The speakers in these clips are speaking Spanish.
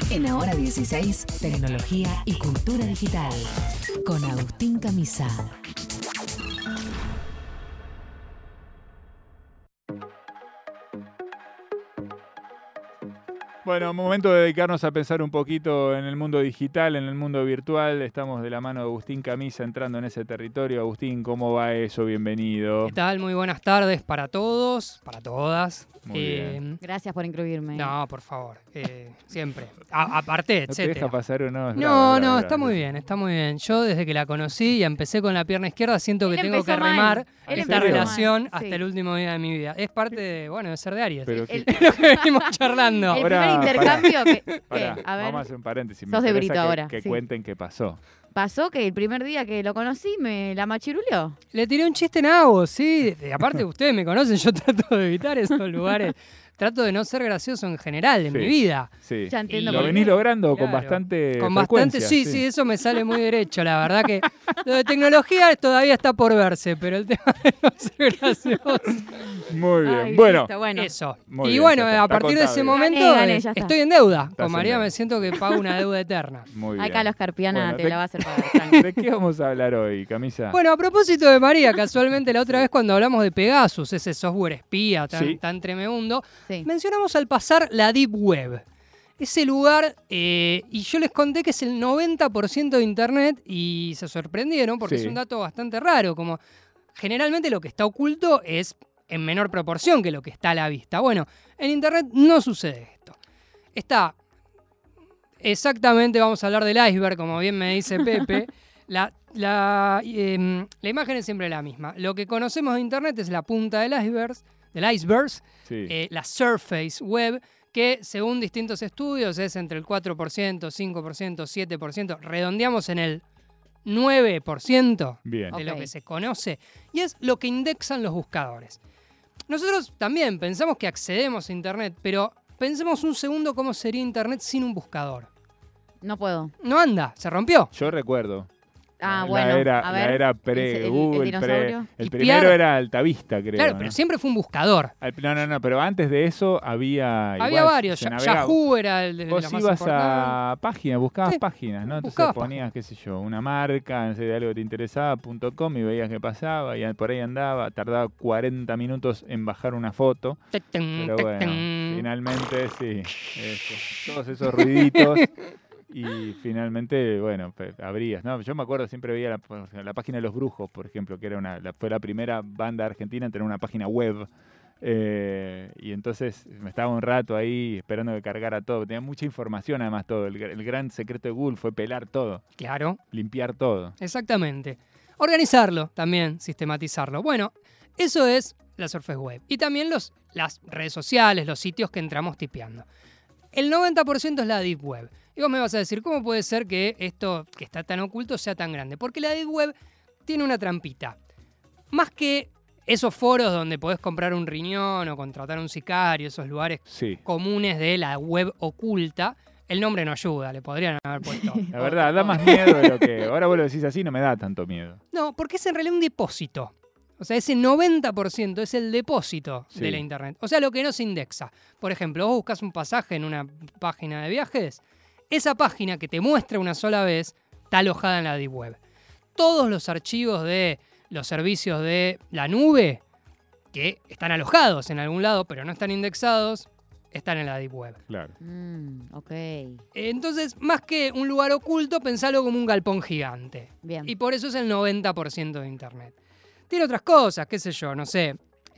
En Ahora 16, tecnología y cultura digital. Con Agustín Camisa. Bueno, momento de dedicarnos a pensar un poquito en el mundo digital, en el mundo virtual. Estamos de la mano de Agustín Camisa entrando en ese territorio. Agustín, ¿cómo va eso? Bienvenido. ¿Qué tal? Muy buenas tardes para todos, para todas. Muy bien. Gracias por incluirme. No, por favor, siempre. Aparte, ¿No te etcétera. deja pasar o no? Es No, brava, está muy bien, está muy bien. Yo desde que la conocí y empecé con la pierna izquierda, siento que Él tengo que empezó mal. remar Él esta empezó relación mal, hasta sí. el último día de mi vida. Es parte de ser de Aries. Pero El- Es lo que venimos charlando. El Ahora, primer intercambio Pará, a ver, vamos a hacer un paréntesis. Me sos de interesa Brito que, ahora, que sí. cuenten qué pasó. pasó que el primer día que lo conocí me la machiruleó. Le tiré un chiste en agua, sí. Aparte, ustedes me conocen, yo trato de evitar esos lugares. Trato de no ser gracioso en general en Sí. mi vida. Sí. Ya entiendo Lo por qué. venís logrando con Claro. bastante Con bastante, frecuencia, sí, eso me sale muy derecho. La verdad que lo de tecnología todavía está por verse, pero el tema de no ser gracioso, Muy bien. Ay, Bueno, listo, bueno. eso. Muy y bien, bueno, ya está, a está partir de contado ese ya. momento Gané, ya está. estoy en deuda. Estás Con en María deuda. me siento que pago una deuda eterna. muy bien. Acá los Carpiana Bueno, te la va a hacer pagar. tranqui. ¿De qué vamos a hablar hoy, Camisa? Bueno, a propósito de María, casualmente la otra vez cuando hablamos de Pegasus, ese software espía Sí. tan tremendo, Sí. mencionamos al pasar la Deep Web. Ese lugar, y yo les conté que es el 90% de Internet y se sorprendieron porque Sí. es un dato bastante raro, como generalmente lo que está oculto es en menor proporción que lo que está a la vista. Bueno, en Internet no sucede esto. Está exactamente, vamos a hablar del iceberg, como bien me dice Pepe. La imagen es siempre la misma. Lo que conocemos de Internet es la punta del iceberg, Sí. la surface web, que según distintos estudios es entre el 4%, 5%, 7%, redondeamos en el 9% Bien. de lo Ok. que se conoce, y es lo que indexan los buscadores. Nosotros también pensamos que accedemos a Internet, pero pensemos un segundo cómo sería Internet sin un buscador. No puedo. No anda, se rompió. Yo recuerdo. Ah, La bueno. era, a ver. la era el pre-Google, dinosaurio. el Y primero Pierre. era Altavista, creo. Claro, ¿no? pero siempre fue un buscador. No, pero antes de eso había Había igual, varios. se navegaba. Yahoo era el de Vos los más ibas importantes. a páginas, buscabas Sí, páginas, ¿no? Entonces buscabas ponías, qué sé yo, una marca, no sé, de algo que te interesaba, .com, y veías qué pasaba, y por ahí andaba, tardaba 40 minutos en bajar una foto, Tecten, pero bueno, tecten. finalmente sí, todos esos ruiditos, y finalmente, bueno, abrías, ¿no? Yo me acuerdo, siempre veía la página de Los Brujos, por ejemplo, que era fue la primera banda argentina en tener una página web. Y entonces me estaba un rato ahí esperando que cargara todo. Tenía mucha información además todo. El gran secreto de Google fue pelar todo, Claro, limpiar todo. exactamente. Organizarlo también, sistematizarlo. Bueno, eso es la Surface Web. Y también las redes sociales, los sitios que entramos tipeando. El 90% es la Deep Web. Y vos me vas a decir, ¿cómo puede ser que esto que está tan oculto sea tan grande? Porque la Deep Web tiene una trampita. Más que esos foros donde podés comprar un riñón o contratar un sicario, esos lugares Sí. comunes de la web oculta, el nombre no ayuda, le podrían haber puesto. La verdad, da más miedo de lo que... Ahora vos lo decís así, no me da tanto miedo. No, porque es en realidad un depósito. O sea, ese 90% es el depósito Sí. de la Internet. O sea, lo que no se indexa. Por ejemplo, vos buscas un pasaje en una página de viajes, esa página que te muestra una sola vez está alojada en la Deep Web. Todos los archivos de los servicios de la nube, que están alojados en algún lado, pero no están indexados, están en la Deep Web. Claro. Ok. Entonces, más que un lugar oculto, pensalo como un galpón gigante. Bien. Y por eso es el 90% de Internet. Tiene otras cosas, qué sé yo, no sé.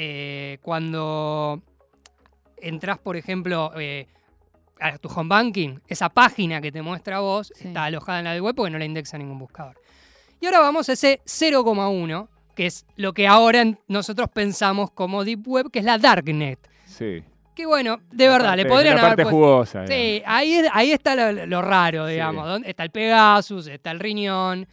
Cuando entras, por ejemplo, a tu home banking, esa página que te muestra a vos Sí. está alojada en la web porque no la indexa ningún buscador. Y ahora vamos a ese 0,1, que es lo que ahora nosotros pensamos como Deep Web, que es la Darknet. Sí. Que bueno, de verdad, le podrían la haber parte puesto... jugosa. Sí, ahí está lo raro, digamos. Sí. ¿Dónde está el Pegasus, está el riñón.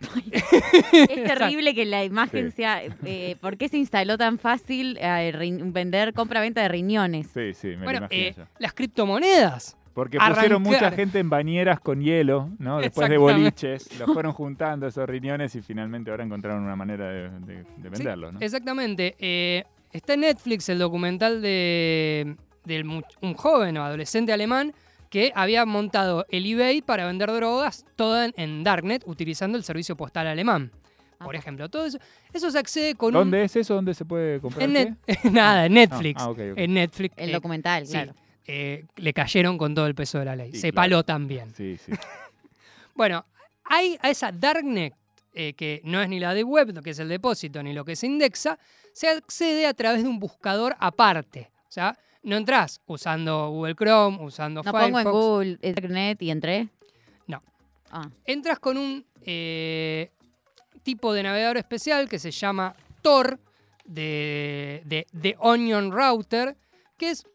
Es terrible que la imagen Sí. sea... ¿Por qué se instaló tan fácil vender compra-venta de riñones? Sí, sí, me lo Bueno, imagino yo. las criptomonedas. Porque pusieron arrancar. mucha gente en bañeras con hielo, ¿no? Después de Exactamente. boliches, los fueron juntando esos riñones y finalmente ahora encontraron una manera de Sí, venderlos, ¿no? exactamente. Está en Netflix el documental de un joven o adolescente alemán que había montado el eBay para vender drogas toda en Darknet utilizando el servicio postal alemán. Por ejemplo, todo eso se accede con ¿Dónde es eso? ¿Dónde se puede comprar? Nada, en Netflix. Okay. En Netflix. El documental, sí, claro. le cayeron con todo el peso de la ley. Sí, Se claro. paló también. Sí. Bueno, hay a esa Darknet, que no es ni la de web, que es el depósito, ni lo que se indexa, se accede a través de un buscador aparte. O sea, no entras usando Google Chrome, usando No Firefox. pongo en Google Internet y entré. No. Ah, Entras con un tipo de navegador especial que se llama Tor de Onion Router, que es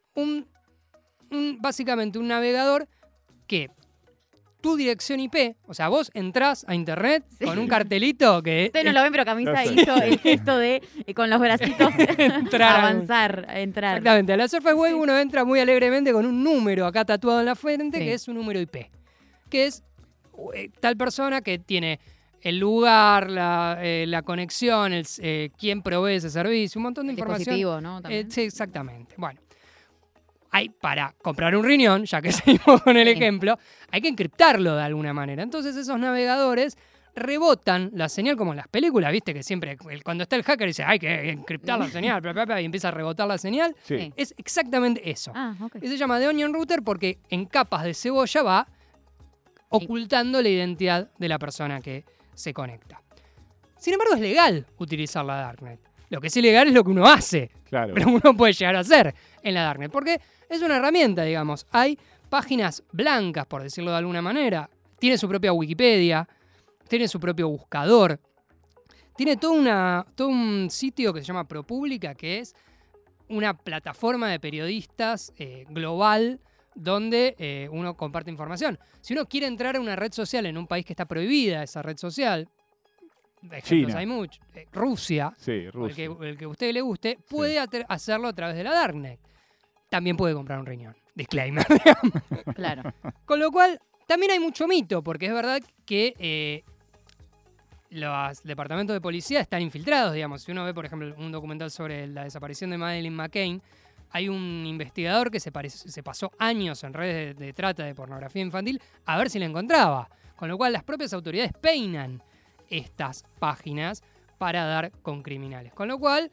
básicamente un navegador que tu dirección IP, o sea, vos entrás a internet con un cartelito que ustedes no lo ven, pero Camisa Perfecto. hizo el gesto de con los bracitos Entrar a- avanzar, entrar. Exactamente, a la Surface Web uno entra muy alegremente con un número acá tatuado en la frente, Sí. que es un número IP, que es tal persona que tiene el lugar, la conexión, quién provee ese servicio, un montón de El información. dispositivo, ¿no? También. Sí, exactamente. Bueno, para comprar un riñón, ya que seguimos con el Sí. ejemplo, hay que encriptarlo de alguna manera. Entonces esos navegadores rebotan la señal como en las películas, viste que siempre cuando está el hacker dice hay que encriptar la señal, bla, bla, bla, y empieza a rebotar la señal. Sí. Es exactamente eso. Ah, ok. Y se llama The Onion Router porque en capas de cebolla va ocultando la identidad de la persona que se conecta. Sin embargo, es legal utilizar la Darknet. Lo que es ilegal es lo que uno hace, Claro. pero uno puede llegar a hacer en la Darknet, porque es una herramienta, digamos. Hay páginas blancas, por decirlo de alguna manera. Tiene su propia Wikipedia, tiene su propio buscador. Tiene todo un sitio que se llama ProPublica, que es una plataforma de periodistas global donde uno comparte información. Si uno quiere entrar a una red social en un país que está prohibida esa red social, ejemplos China. hay muchos, Rusia, Sí, o el Rusia. que a usted le guste, puede hacerlo a través de la Darknet. También puede comprar un riñón. Disclaimer. Claro. Con lo cual, también hay mucho mito, porque es verdad que los departamentos de policía están infiltrados, digamos. Si uno ve, por ejemplo, un documental sobre la desaparición de Madeleine McCann, hay un investigador que se pasó años en redes de trata de pornografía infantil a ver si la encontraba. Con lo cual, las propias autoridades peinan estas páginas para dar con criminales. Con lo cual,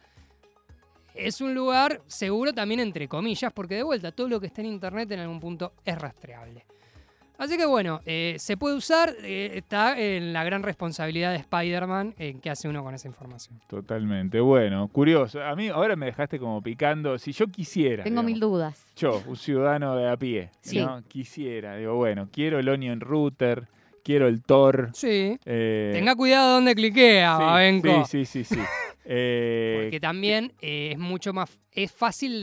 es un lugar seguro también entre comillas, porque de vuelta, todo lo que está en internet en algún punto es rastreable. Así que bueno, se puede usar, está en la gran responsabilidad de Spider-Man en qué hace uno con esa información. Totalmente. Bueno, curioso. A mí ahora me dejaste como picando. Si yo quisiera, Tengo digamos, 1000 dudas. yo, un ciudadano de a pie, Sí. ¿no? Quisiera, digo, bueno, quiero el Onion Router, quiero el Tor. Sí. eh, Tenga cuidado donde cliquea, sí, Babenco. Sí. Porque también es mucho más... Es fácil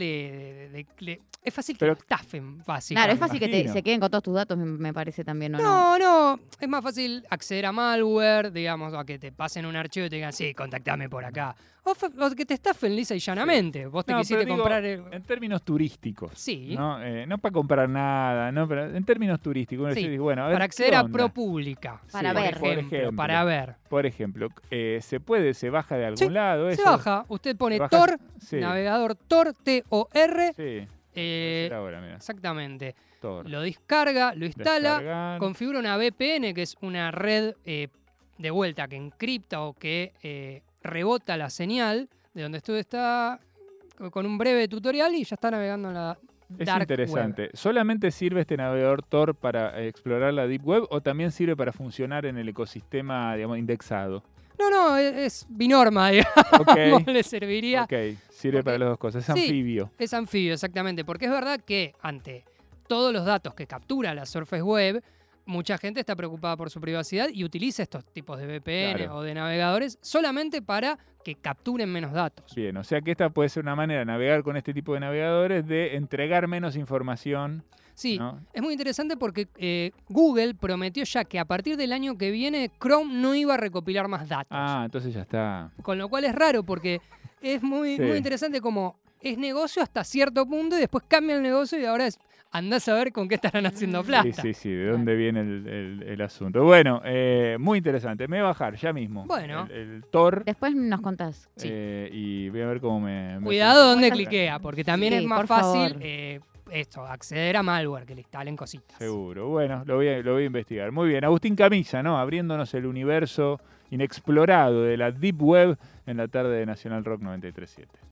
es fácil que Pero- lo estafen, fácil. Claro, es fácil que imagino. se queden con todos tus datos, me parece también, ¿o no? No, es más fácil acceder a malware, digamos, a que te pasen un archivo y te digan, sí, contactame por acá. O que te estafen lisa y llanamente. Vos te No, quisiste pero digo, comprar... en términos turísticos. Sí. No para comprar nada, no, pero en términos turísticos. Uno Sí, dice, bueno, a ver, para acceder ¿qué a onda? ProPublica. Para por ver. ejemplo, para ver. Por ejemplo, se baja de algún Sí, lado Se eso. baja. Usted pone Bajas- Tor, sí. navegador Tor, T-O-R. Sí. Ahora, mira, Exactamente. Tor. Lo descarga, lo instala, Descargar. configura una VPN, que es una red de vuelta que encripta o que rebota la señal de donde usted está con un breve tutorial y ya está navegando en la Es dark interesante. web. ¿Solamente sirve este navegador Tor para explorar la Deep Web o también sirve para funcionar en el ecosistema, digamos, indexado? No, es binorma, digamos, Ok, le serviría. ok, sirve para las dos cosas. Es Sí. anfibio. Es anfibio, exactamente, porque es verdad que ante todos los datos que captura la Surface Web, mucha gente está preocupada por su privacidad y utiliza estos tipos de VPN Claro. o de navegadores solamente para que capturen menos datos. Bien, o sea que esta puede ser una manera de navegar con este tipo de navegadores de entregar menos información. Sí, ¿no? es muy interesante porque Google prometió ya que a partir del año que viene Chrome no iba a recopilar más datos. Ah, entonces ya está. Con lo cual es raro porque es muy Sí. interesante como es negocio hasta cierto punto y después cambia el negocio y ahora andás a ver con qué estarán haciendo plata. Sí, de dónde viene el asunto. Bueno, muy interesante. Me voy a bajar ya mismo. Bueno. El Tor. Después nos contás. Sí. Y voy a ver cómo me Cuidado donde funciona. cliquea, porque también Sí, es más por fácil favor. acceder a malware, que le instalen cositas. Seguro. Bueno, lo voy a investigar. Muy bien. Agustín Camisa, ¿no? Abriéndonos el universo inexplorado de la Deep Web en la tarde de Nacional Rock 93.7.